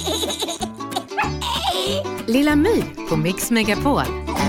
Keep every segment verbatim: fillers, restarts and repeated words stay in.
Lilla My på Mix Megapol.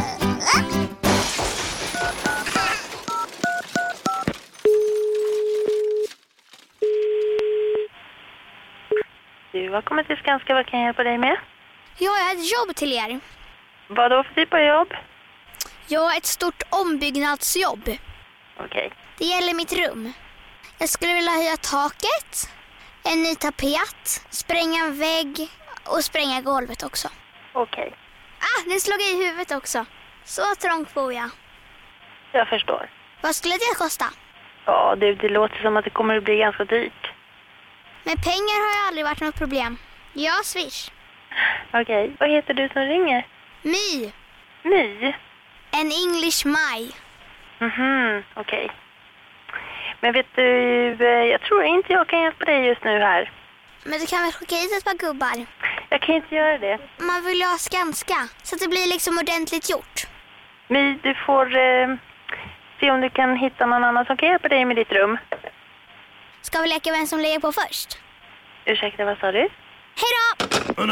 Du har kommit till Skanska, vad kan jag hjälpa dig med? Ja, jag har ett jobb till er. Vad då för typ av jobb? Jag har ett stort ombyggnadsjobb. Okej. Okay. Det gäller mitt rum. Jag skulle vilja höja taket, en ny tapet, spränga en vägg och spränga golvet också. Okej. Okay. Ah, det slog i huvudet också. Så trångt bor jag. Jag förstår. Vad skulle det kosta? Ja, det, det låter som att det kommer att bli ganska dyrt. Med pengar har jag aldrig varit något problem. Jag har Swish. Okej, okay. Vad heter du som ringer? My. My? En English Maj. Mhm, okej. Okay. Men vet du, jag tror inte jag kan hjälpa dig just nu här. Men du kan väl skicka hit ett par gubbar? Jag kan inte göra det. Man vill ju ha Skanska, så att det blir liksom ordentligt gjort. My, du får eh, se om du kan hitta någon annan som kan hjälpa dig med ditt rum. Ska vi leka vem som lägger på först? Ursäkta, vad sa du? Hej då!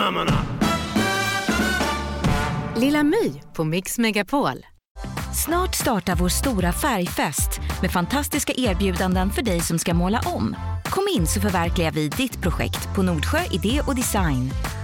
Lilla My på Mix Megapol. Snart startar vår stora färgfest med fantastiska erbjudanden för dig som ska måla om. Kom in så förverkligar vi ditt projekt på Nordsjö Idé och Design.